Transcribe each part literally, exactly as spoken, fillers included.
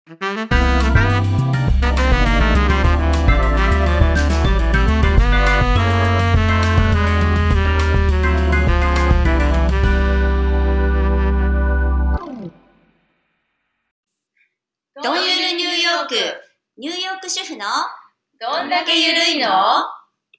どんゆるニューヨーク、ニューヨーク主婦のどんだけゆるいの？ は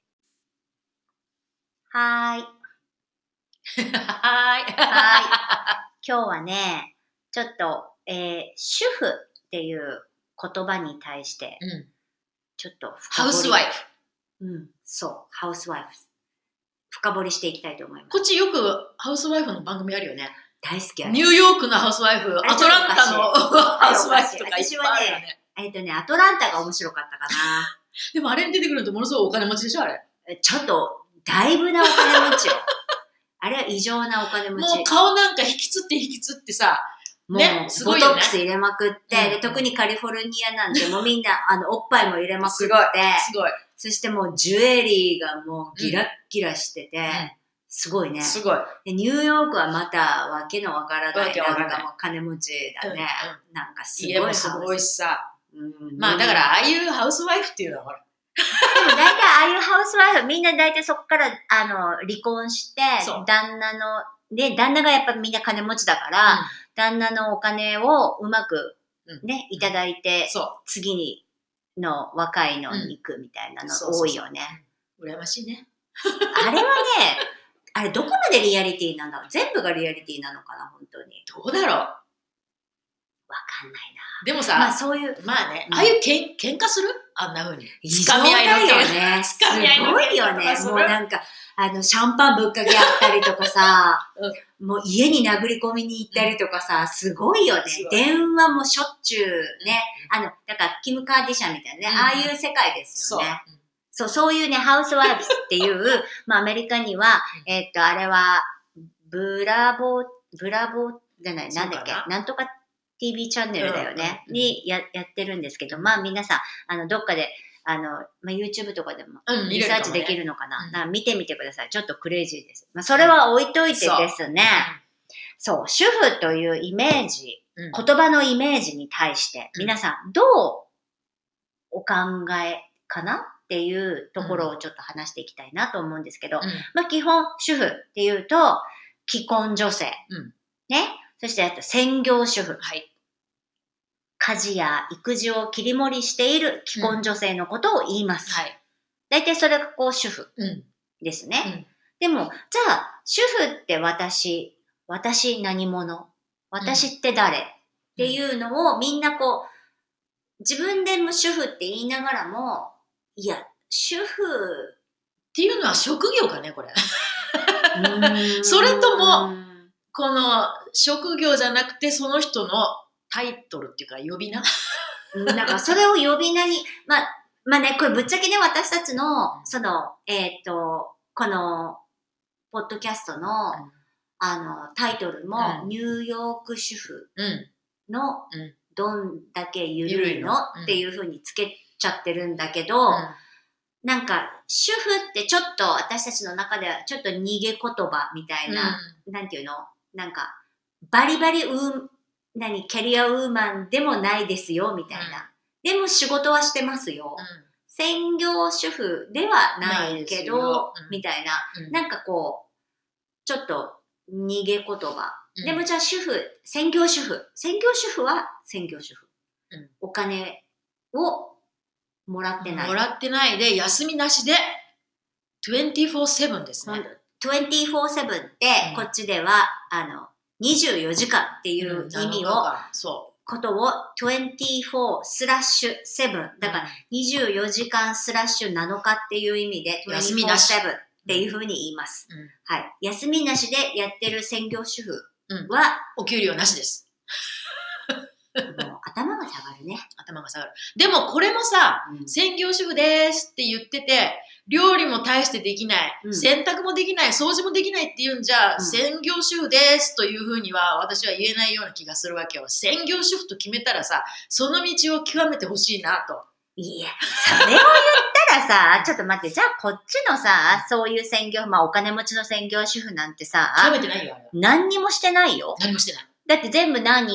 ーい。 はーい。 はーい。今日はね、ちょっと、えー、主婦っていう言葉に対して、 うん、 ちょっとハウスワイフ。うん、そう、ハウスワイフ。深掘りしていきたいと思います。 こっちよくハウスワイフの番組あるよね。 大好きあれ。 ニューヨークのハウスワイフ、アトランタのハウスワイフとかいっぱいあるよね。 えっとね、アトランタが面白かったかな。 でもあれに出てくるとものすごいお金持ちでしょ、あれ。 ちょっと、だいぶなお金持ちよ。あれは異常なお金持ち。 もう顔なんか引きつって引きつってさ、 ね、すごいよね。ボトックス入れまくって、うん、で特にカリフォルニアなんてもうみんなあのおっぱいも入れまくって、すごい。 すごい。 そしてもうジュエリーがもうギラッギラしてて、うん、すごいね。 すごい。 でニューヨークはまたわけのわからない、 わなんかもう金持ちだね。うんうん、なんかすごい。 家もすごいしさ。うん、まあだからああいうハウスワイフっていうのはほら。 でも大体ああいうハウスワイフみんな大体そこからあの離婚して旦那ので旦那がやっぱみんな金持ちだから、うん、旦那のお金をうまくね、うん、いただいて、うん、次にの若いのに行くみたいなの多いよね。 羨ましいね。 あれはね、あれどこまでリアリティなんだろう。全部がリアリティなのかな本当に。 どうだろう。 わかんないな。 でもさ、 まあそういう、 まあね、うん、ああいうけん喧嘩するあんな風に。 つかみ合いのよね。 つかみ合いのすごいよね。もうなんか、あの、シャンパンぶっかけあったりとかさ、うん、もう家に殴り込みに行ったりとかさ、すごいよね。電話もしょっちゅうね。あの、だから、キム・カーディシャンみたいなね、うん、ああいう世界ですよね。そう、そういうね、ハウスワイフっていう、まあアメリカには、えっと、あれは、ブラボー、ブラボーじゃない、なんだっけ、なんとかティービー チャンネルだよね、うんうんうん、に や, やってるんですけど、まあ皆さん、あの、どっかで、あの、まあ、YouTube とかでもリサーチできるのかな、うんね、なんか見てみてください。ちょっとクレイジーです。まあそれは置いといてですね、そう、そう主婦というイメージ、うん、言葉のイメージに対して、皆さんどうお考えかなっていうところをちょっと話していきたいなと思うんですけど、うん、まあ基本主婦っていうと、既婚女性、うん、ね、そしてあと専業主婦、はい、家事や育児を切り盛りしている既婚女性のことを言います。うん、はい。大体それがこう主婦ですね。うんうん、でも、じゃあ主婦って私、私何者、私って誰、うん、っていうのをみんなこう、自分でも主婦って言いながらも、いや、主婦っていうのは職業かね、これ。それとも、この職業じゃなくてその人のタイトルっていうか呼び名なんかそれを呼び名に、まあ、まあね、これぶっちゃけね、私たちの、その、えっと、この、ポッドキャストの、うん、あの、タイトルも、うん、ニューヨーク主婦の、うん、どんだけゆるいの、うん、っていう風につけちゃってるんだけど、うん、なんか、主婦ってちょっと私たちの中ではちょっと逃げ言葉みたいな、うん、なんていうのなんか、バリバリウー、何、キャリアウーマンでもないですよ、みたいな。うん、でも仕事はしてますよ。うん、専業主婦ではないけど、うん、みたいな、うん。なんかこう、ちょっと逃げ言葉。うん、でもじゃあ主婦、専業主婦。専業主婦は専業主婦。うん、お金をもらってない。 もらってないで、休みなしで、にじゅうよじかんセブンですね。 にじゅうよじかんセブンって、こっちでは、あの、にじゅうよじかんっていう意味を、うん、ことをにじゅうよスラッシュセブン。だからにじゅうよじかんスラッシュなのかっていう意味で、にじゅうよセブンっていう風に言います。うん、はい。休みなしでやってる専業主婦は、 うん、お給料なしです。 もう頭が下がるね。 頭が下がる。でもこれもさ、うん、専業主婦ですって言ってて、料理も大してできない、うん、洗濯もできない、掃除もできないっていうんじゃ、うん、専業主婦ですというふうには私は言えないような気がするわけよ。専業主婦と決めたらさ、その道を極めてほしいなと。 いや、それを言ったらさ、ちょっと待って、じゃあこっちのさ、そういう専業、まあお金持ちの専業主婦なんてさ、 極めてないよ。 何にもしてないよ。 何もしてない。 だって全部何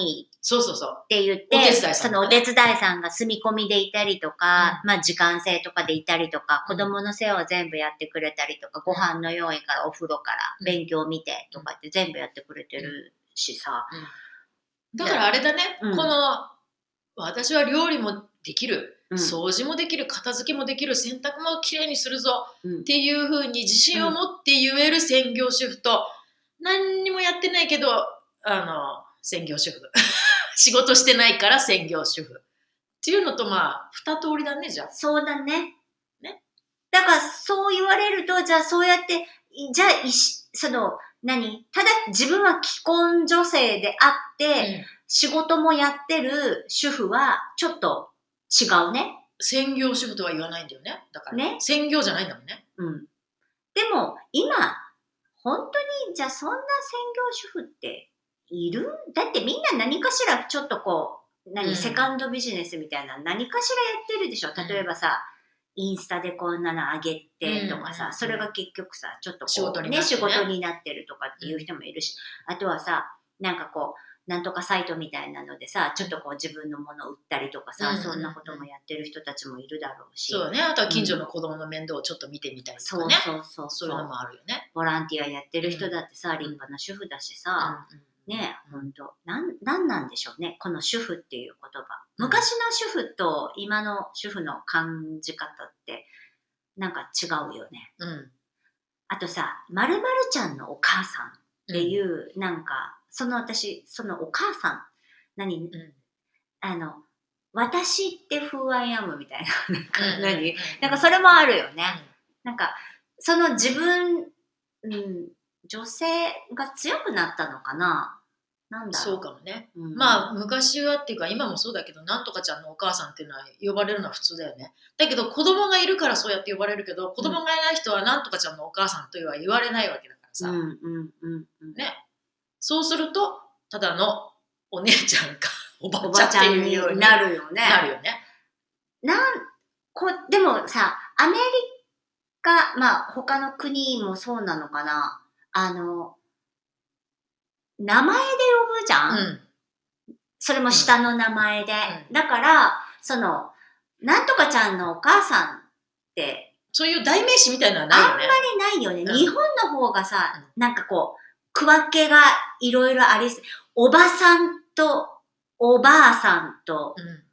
そうそうそう。 って言っお手伝て、 いさんとかねそのお手伝いさんが住み込みでいたりとか、まあ時間制とかでいたりとか、 うん子供の世話を全部やってくれたりとか、ご飯の用意からお風呂からうん勉強見てとかって全部やってくれてるしさ。 だからあれだね、 うんこの、私は料理もできる、 うん掃除もできる、片付けもできる、洗濯もきれいにするぞうんっていう風に自信を持って言える専業主婦と、何にもやってないけど、あの、専業主婦。仕事してないから専業主婦。っていうのと、まあ、二通りだね、じゃあ。 そうだね。 ね。 だからそう言われると、じゃあそうやって、いじゃあいし、その、何ただ自分は既婚女性であって、仕事もやってる主婦はちょっと違うね。 専業主婦とは言わないんだよね。だから、 ね専業じゃないんだもんね。 うん。でも今、本当にじゃあそんな専業主婦っている？だってみんな何かしらちょっとこう、何、 うんセカンドビジネスみたいな何かしらやってるでしょ。例えばさ、インスタでこんなの上げてとかさ、 うんそれが結局さ、ちょっとこう仕事になってね仕事になってるとかっていう人もいるし、あとはさ、なんかこう、なんとかサイトみたいなのでさ、ちょっとこう自分のものを売ったりとかさ、 うんそんなこともやってる人たちもいるだろうし。 そうだね。あとは近所の子供の面倒をちょっと見てみたりとそうかね。 そうそうそういうのもあるよね。 ボランティアやってる人だってさ、立派な主婦だしさ、 うんうんねえ、ほんと、なん、なんなんでしょうね、この主婦っていう言葉。 うん昔の主婦と今の主婦の感じ方って、なんか違うよね。 うん。 あとさ、〇〇ちゃんのお母さんっていう、なんか、その私、そのお母さん、何、 うんあの、私って who I am みたいな、なんかうん何、 うんなんかそれもあるよね。 うなんか、その自分、うん、女性が強くなったのかな、なんんだろう。 そうかもね。 うんまあ昔はっていうか今もそうだけど、なんとかちゃんのお母さんっていうのは呼ばれるのは普通だよね。だけど子供がいるからそうやって呼ばれるけど、子供がいない人はなんとかちゃんのお母さんとは言われないわけだからさ。 うんうんうんうん。 ね。そうすると、ただのお姉ちゃんかおばおちゃんってばちゃんにいうようになるよね。 なるよね。 なん、こ、でもさ、アメリカ、まあ他の国もそうなのかな。あの、名前で呼ぶじゃん、 うん。 それも下の名前で。 うだから、その、なんとかちゃんのお母さんって、 そういう代名詞みたいなのはないよね。 あんまりないよね。 うん日本の方がさ、なんかこう、区分けがいろいろありす、おばさんとおばあさんと、 うん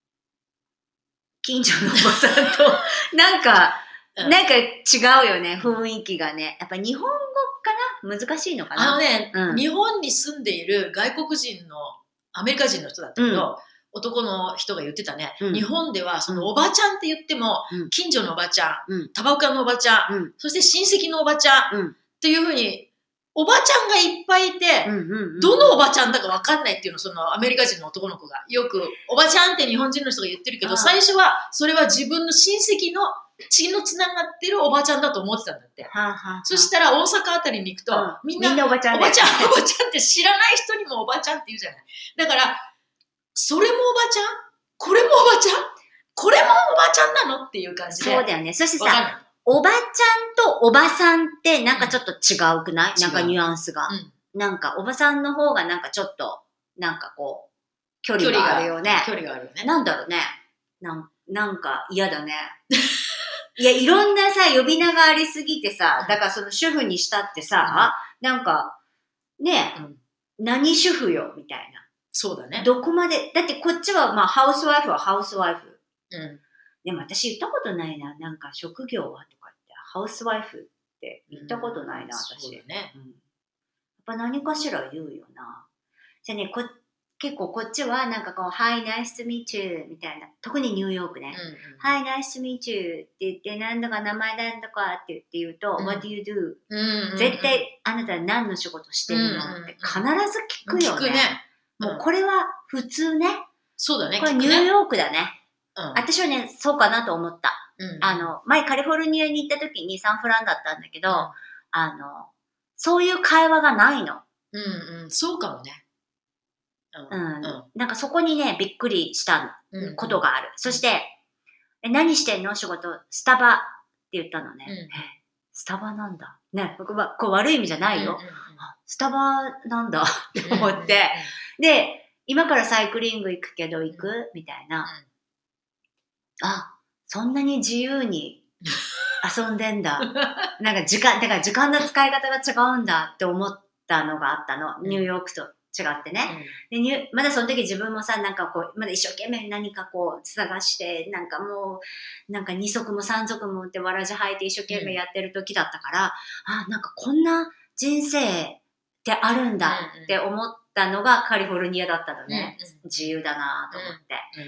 近所のおばさんと、なんか、 うんなんか違うよね、雰囲気がね。やっぱ日本語かな難しいのかなあのね、 うん日本に住んでいる外国人のアメリカ人の人だったけど、男の人が言ってたね、 うん日本ではそのおばちゃんって言っても、 うん近所のおばちゃん、 うんタバコ屋のおばちゃん、 うんそして親戚のおばちゃん、 うんっていうふうに、おばちゃんがいっぱいいて、 うんうんうん、 どのおばちゃんだか分かんないっていうのをそのアメリカ人の男の子がよくおばちゃんって日本人の人が言ってるけど、 ああ最初はそれは自分の親戚の血のつながってるおばちゃんだと思ってたんだって。 はあはあはあ、 そしたら大阪あたりに行くと、 うんみんなみんなおばちゃんおだよばちゃんおばちゃんって知らない人にもおばちゃんって言うじゃない。だからそれもおばちゃん、これもおばちゃん、これもおばちゃんなのっていう感じで。 そうだよね。そしてさ、 わかんない。 おばちゃんとおばさんってなんかちょっと違うくない、 うんなんかニュアンスが、 うんなんかおばさんの方がなんかちょっと、なんかこう、距離があるよね。 距離があるよね。 なんだろうね。なんなんか嫌だね。いや、いろんなさ、呼び名がありすぎてさ、だからその主婦にしたってさ、なんか、ね、 うん何主婦よ、みたいな。 そうだね。 どこまで、だってこっちはまあ、ハウスワイフはハウスワイフ。 うん。 でも私言ったことないな。なんか職業はとかって、ハウスワイフって言ったことないな、私。 そうだね。 うん、やっぱ何かしら言うよな。じゃあね、こ結構こっちはなんかこう、Hi, nice to meet you みたいな。特にニューヨークね。Hi, nice to meet you って言って、なんだか名前なんだかって言って言うと、 うん What do you do? うんうん、 絶対あなたは何の仕事してるのって必ず聞くよね。 聞くね。 もうこれは普通ね。 そうだね。 これニューヨークだね。 うん、 私はね、そうかなと思った。 うん、 あの、前カリフォルニアに行った時にサンフランだったんだけど、 うんあの、そういう会話がないの。 うんうん、そうかもね。 ううんん。うんなんかそこにね、びっくりしたことがある。そして、え、何してんの仕事、スタバって言ったのね。 うんえスタバなんだ。ね、ここれ悪い意味じゃないよ。 うんうんうんあスタバなんだって思って。 うんうんうんで、 今からサイクリング行くけど行くみたいな。あ、そんなに自由に遊んでんだ。なんか時間、だから時間の使い方が違うんだって思ったのがあったの。ニューヨークと違ってね。でニュまだその時自分もさ、なんかこう、まだ一生懸命何かこう探して、なんかもう、なんか二足も三足もってわらじ履いて一生懸命やってる時だったから、あ、なんかこんな人生ってあるんだって思ったのがカリフォルニアだったのね。自由だなと思って。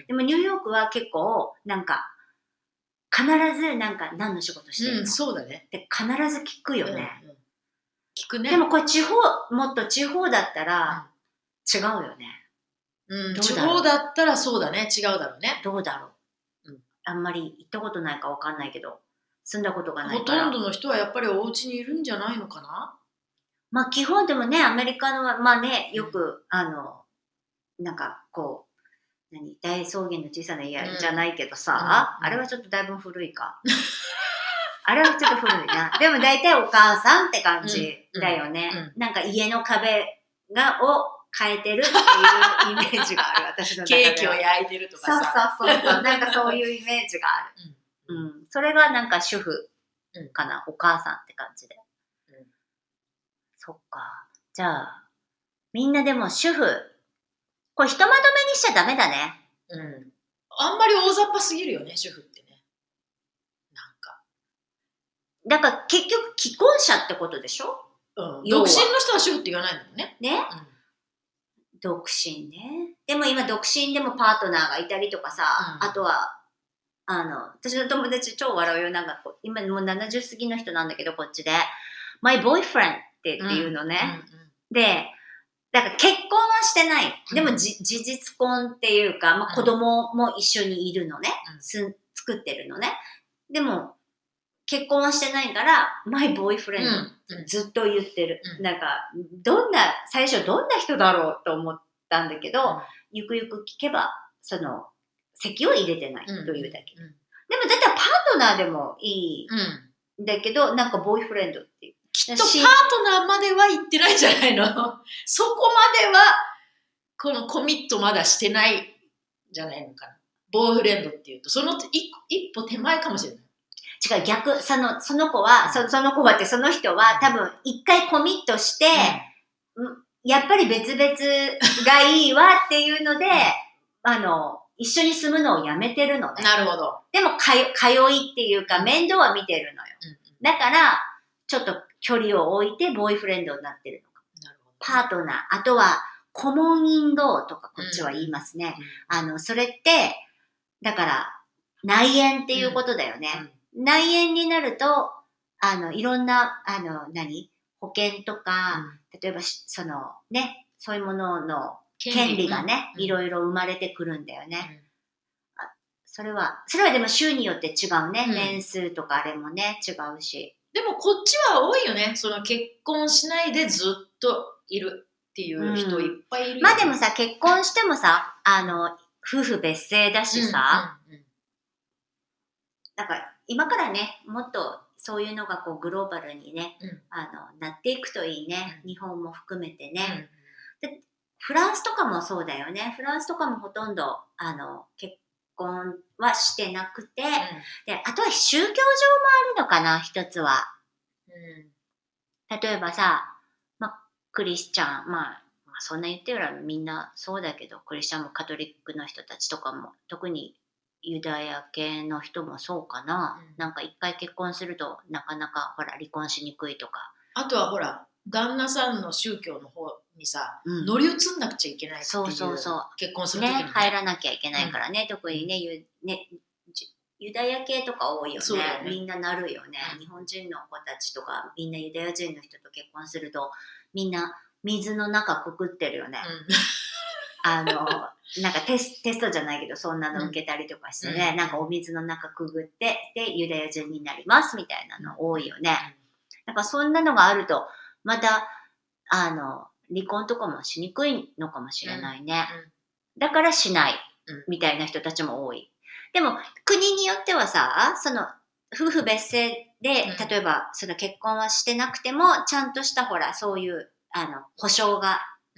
でもニューヨークは結構、なんか、必ずなんか何の仕事してるの、 うん、そうだね。 って必ず聞くよね、 うんうん。聞くね。 でもこれ地方、もっと地方だったら違うよね。 うん、地方だったらそうだね。違うだろうね。 どうだろう、うん、あんまり行ったことないかわかんないけど、住んだことがないから。 ほとんどの人はやっぱりお家にいるんじゃないのかな。 まあ基本でもね、アメリカのは、まあね、よく、うん、あの、なんかこう、何大草原の小さな家じゃないけどさ、うん、あれはちょっとだいぶ古いか。あれはちょっと古いな。でも大体お母さんって感じだよね。うんうん、なんか家の壁がを変えてるっていうイメージがある、私の中では。 ケーキを焼いてるとかさ。 そうそうそうそう。なんかそういうイメージがある。うんうん、それがなんか主婦かな、うん、お母さんって感じで。うん、そっか。じゃあ、みんなでも主婦、これひとまとめにしちゃダメだね。 うん。あんまり大雑把すぎるよね、主婦ってね。なんか。 だから結局既婚者ってことでしょ？ うん。独身の人は主婦って言わないもんね。 ね、うん。独身ね。でも今独身でもパートナーがいたりとかさ、うん、あとは、あの、私の友達超笑うよ。なんかこう、今もうななじゅう過ぎの人なんだけど、こっちで。My boyfriend ってっていうのね。うんうんうん、で、だから結婚はしてない。でも、うん、事実婚っていうか、まあ、子供も一緒にいるのね。うん、す作ってるのね。でも、結婚はしてないから、My boyfriend、うん、ずっと言ってる、うん。なんか、どんな、最初どんな人だろうと思ったんだけど、うん、ゆくゆく聞けば、その、籍を入れてないというだけ。うんうん、でも、だったらパートナーでもいいんだけど、なんかボーイフレンドっていう。 きっとパートナーまでは言ってないんじゃないのそこまでは、このコミットまだしてないんじゃないのかな。ボーイフレンドっていうと、その一, 一歩手前かもしれない。 違う、逆、その、その子は、そ, その子はってその人は多分一回コミットして、うん、やっぱり別々がいいわっていうので、うん、あの、一緒に住むのをやめてるのね。 なるほど。 でもかよ、通いっていうか面倒は見てるのよ。うん、だから、ちょっと距離を置いてボーイフレンドになってるのか。なるほど。パートナー、あとは、コモンインローとかこっちは言いますね。うん、あの、それって、だから、内縁っていうことだよね。うん、内縁になると、あの、いろんな、あの、何保険とか、うん、例えば、その、ね、そういうものの権利がね、いろいろ生まれてくるんだよね。うん、あそれは、それはでも州によって違うね。うん、年数とかあれもね、違うし。 でもこっちは多いよね。その結婚しないでずっといるっていう人いっぱいいるよね。 うん、まあでもさ、結婚してもさ、あの、夫婦別姓だしさ、うんうんうん、だから今からね、もっとそういうのがこうグローバルにね、うん、あのなっていくといいね、うん、日本も含めてね、うん、で。フランスとかもそうだよね。フランスとかもほとんどあの結婚はしてなくて、うん、で、あとは宗教上もあるのかな、一つは。うん、例えばさ、まあ、クリスチャン、まあ、まあ、そんな言ってるらみんなそうだけど、クリスチャンもカトリックの人たちとかも、特にユダヤ系の人もそうかな。うん、なんか一回結婚するとなかなかほら離婚しにくいとか。 あとはほら、旦那さんの宗教の方にさ、うん、乗り移んなくちゃいけないっていう。 そうそうそう。 結婚するときにね、 ね、入らなきゃいけないからね、うん、特にね、ユねユダヤ系とか多いよ ね, ねみんななるよね、うん、日本人の子たちとかみんなユダヤ人の人と結婚するとみんな水の中くくってるよね、うん、あのなんかテス、テストじゃないけどそんなの受けたりとかしてね、うん、なんかお水の中くぐってでユダヤ人になりますみたいなの多いよね、うん、なんかそんなのがあるとまたあの離婚とかもしにくいのかもしれないね、うんうん、だからしないみたいな人たちも多い。でも国によってはさ、その夫婦別姓で、うん、例えばその結婚はしてなくてもちゃんとしたほらそういうあの保証が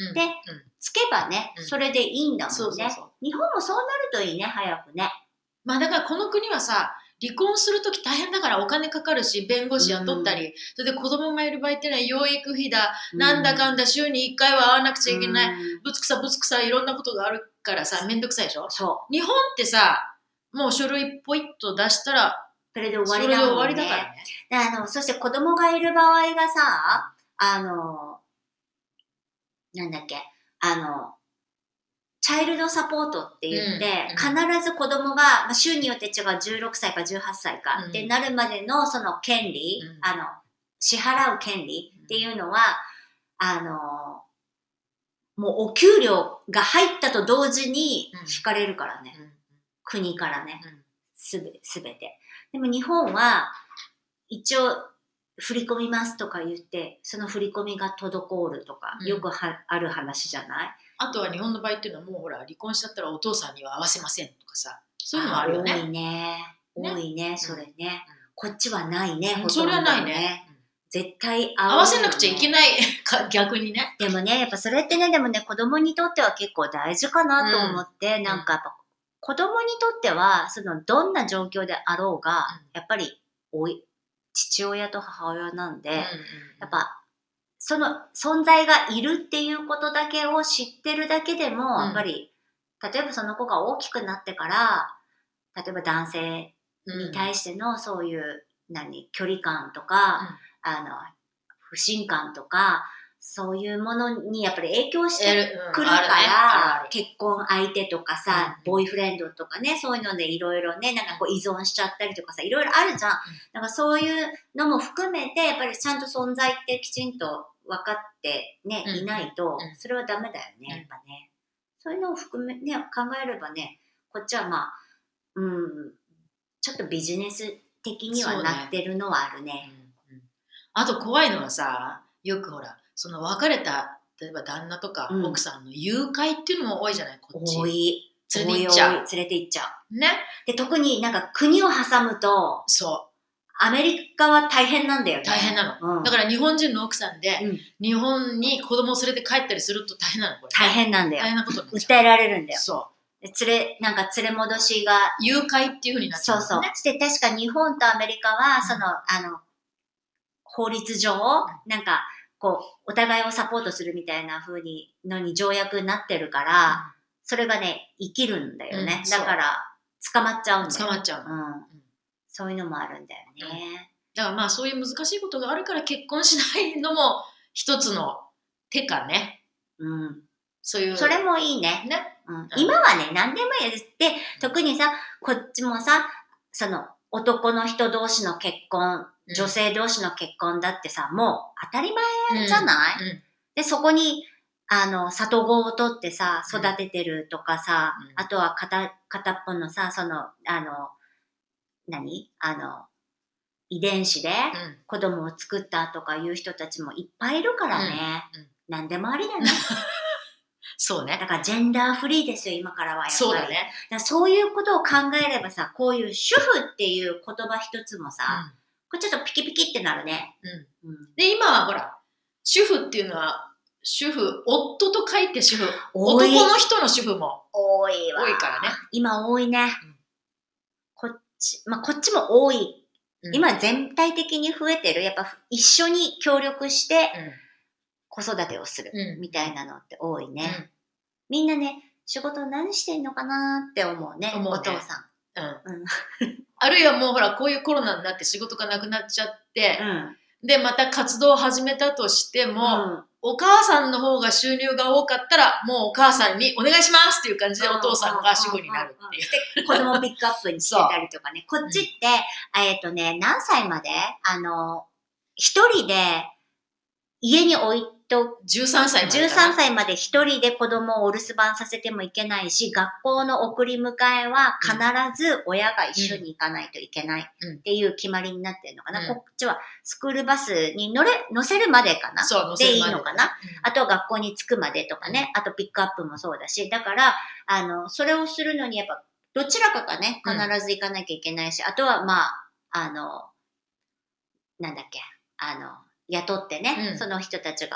うんで、 うんつけばね、 うんそれでいいんだもんね。 そうそうそう。 日本もそうなるといいね、早くね。 まあだからこの国はさ、離婚するとき大変だからお金かかるし、弁護士雇ったり、それで子供がいる場合っていうのは養育費だ、 うんなんだかんだ週にいっかいは会わなくちゃいけない、 うんぶつくさぶつくさいろんなことがあるからさ、めんどくさいでしょ。 そ日本ってさ、もう書類ポイッと出したら、 う。それで終そわれで終わりりだもんね。 だからね。 であの、そして子供がいる場合がさ、あの、なんだっけ、あの、チャイルドサポートって言って、 うん必ず子供が、まあ、州によって違うじゅうろくさいかじゅうはっさいかってなるまでのその権利、 うんあの、支払う権利っていうのは、あの、もうお給料が入ったと同時に引かれるからね。 うん国からね。 うんすべ、すべて。でも日本は、一応、振り込みますとか言って、その振り込みが滞るとか、 うんよくはある話じゃない？ あとは日本の場合っていうのはもうほら離婚しちゃったらお父さんには会わせませんとかさ、そういうのもあるよね。 多いね。多いね、それね。こっちはないね、ほとんどそれはないね。 絶対合わせなくちゃいけい。 ないか逆にね。 でもね、やっぱそれってね、でもね、子供にとっては結構大事かなと思って、 んなんかやっぱ子供にとっては、そのどんな状況であろうが、 うんやっぱりおい父親と母親なんで、 うんうんやっぱその存在がいるっていうことだけを知ってるだけでも、 うんやっぱり、例えばその子が大きくなってから、例えば男性に対してのそういう、何、距離感とか、あの、不信感とか、そういうものにやっぱり影響してくるかあるねあるらある、 結婚相手とかさ、 うんボーイフレンドとかね、そういうのでいろいろね、なんかこう依存しちゃったりとかさ、いろいろあるじゃん。だからそういうのも含めて、やっぱりちゃんと存在ってきちんと分かってね、 うんいないとうん、 それはダメだよね、 うんやっぱね。そういうのを含め、ね、考えればね、こっちはまあ、うん、ちょっとビジネス的にはなってるのはあるね。 うんうんあと怖いのはさ、よくほら、その別れた、例えば旦那とかうん奥さんの誘拐っていうのも多いじゃない、こっち。 多い。 連れて行っちゃう多い多い連れて行っちゃう。 ね。 で、特になんか国を挟むと、 そアメリカは大変なんだよね。 う。大変なの。 うんだから日本人の奥さんで、 うん日本に子供を連れて帰ったりすると大変なの、これ、 大変なんだよ。 大変なことになっちゃう。 訴えられるんだよ。 そう。 で連れ、なんか連れ戻しが、 誘拐っていう風になっちゃそうそう。 うんだね。 して、確か日本とアメリカは、 うんその、あの、法律上、なんか、こう、お互いをサポートするみたいな風に、のに条約になってるから、それがね、生きるんだよね。 うんだから、捕まっちゃうんだよ。 捕まっちゃうの。 うん。そういうのもあるんだよね。 だからまあそういう難しいことがあるから結婚しないのも一つの手かね。 うん。 そういう。 それもいいね。 ね。 うん、今はね、何でもいいです。で、特にさ、こっちもさ、その、男の人同士の結婚、 うん女性同士の結婚だってさ、もう当たり前じゃない、 うんで、そこに、あの、里子を取ってさ、育ててるとかさ、 うんあとは片、片っぽのさ、その、あの、何あの、遺伝子でうん子供を作ったとかいう人たちもいっぱいいるからね。 うんうん何でもありだね。 そうね。 だからジェンダーフリーですよ、今からはやっぱり。 そうだね。 だからそういうことを考えればさ、こういう主婦っていう言葉一つもさ、これちょっとピキピキってなるね。 うんうんうん、 で、今はほら、主婦っていうのは、主婦、夫と書いて主婦。 多い男の人の主婦も多いわ。 多いからね。 今多いね。 うんこっち、まあ、こっちも多い。 うん今全体的に増えてる。やっぱ一緒に協力して子育てをするうんみたいなのって多いね。 うんみんなね、仕事何してんのかなって思うね、 思うねお父さうん。 ん。うん。 あるいはもうほら、こういうコロナになって仕事がなくなっちゃって、 うん。 で、また活動を始めたとしても、 うんお母さんの方が収入が多かったら、もうお母さんにお願いしますっていう感じでお父さんが主婦になるっていう。 で、子供ピックアップにしてたりとかね。こっちって、えっとね、何歳まであの、一人で家に置いと、 じゅうさんさいまでかな。 じゅうさんさいまで一人で子供をお留守番させてもいけないし、学校の送り迎えは必ず親が一緒に行かないといけないっていう決まりになってるのかな。 うんこっちはスクールバスに乗れ、乗せるまでかな。 そう、乗せでるまでいいのかな。あとは学校に着くまでとかね、あとピックアップもそうだし、だから、あの、それをするのにやっぱ、どちらかがね、必ず行かなきゃいけないし、あとはまあ、あの、なんだっけ、あの、雇ってね、 うんその人たちが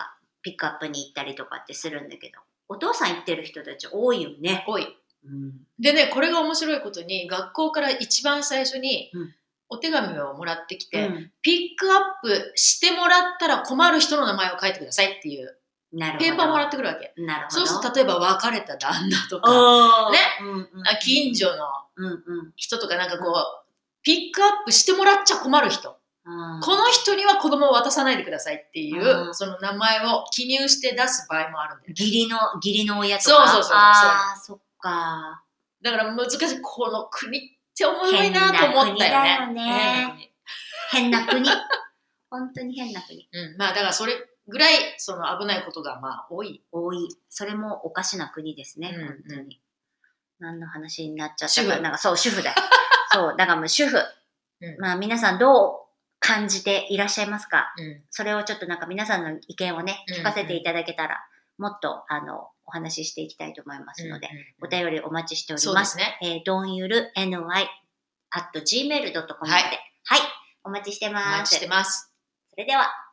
ピックアップに行ったりとかってするんだけど、お父さん行ってる人たち多いよね。 多い。 うん、 でね、これが面白いことに、学校から一番最初にお手紙をもらってきて、うん、ピックアップしてもらったら困る人の名前を書いてくださいっていうペーパーをもらってくるわけ。 なるほど。 そうすると例えば別れた旦那とか、ね、うんうん、近所の人とかなんかこう、うん、ピックアップしてもらっちゃ困る人。この人には子供を渡さないでくださいっていう、その名前を記入して出す場合もあるんだよ。 義理の、義理の親とか。 そうそうそうそう。 ああ、そっか。 だから難しい。この国って面白いなと思ったよね。 変な国だよね。変な国。本当に変な国。 うん。まあだからそれぐらい、その危ないことがまあ多い。 多い。それもおかしな国ですね。うん、本当に。何の話になっちゃったか。なんかそう、主婦だよ。そう、だからもう主婦。うん、まあ皆さんどう感じていらっしゃいますか、うん、それをちょっとなんか皆さんの意見をね、聞かせていただけたら、もっとあの、お話ししていきたいと思いますので、うんうんうん、お便りお待ちしております。そうですね。えー、どんゆる エヌワイ アット ジーメール ドットコム まで、はい。はい。お待ちしてます。 お待ちしてます。 それでは。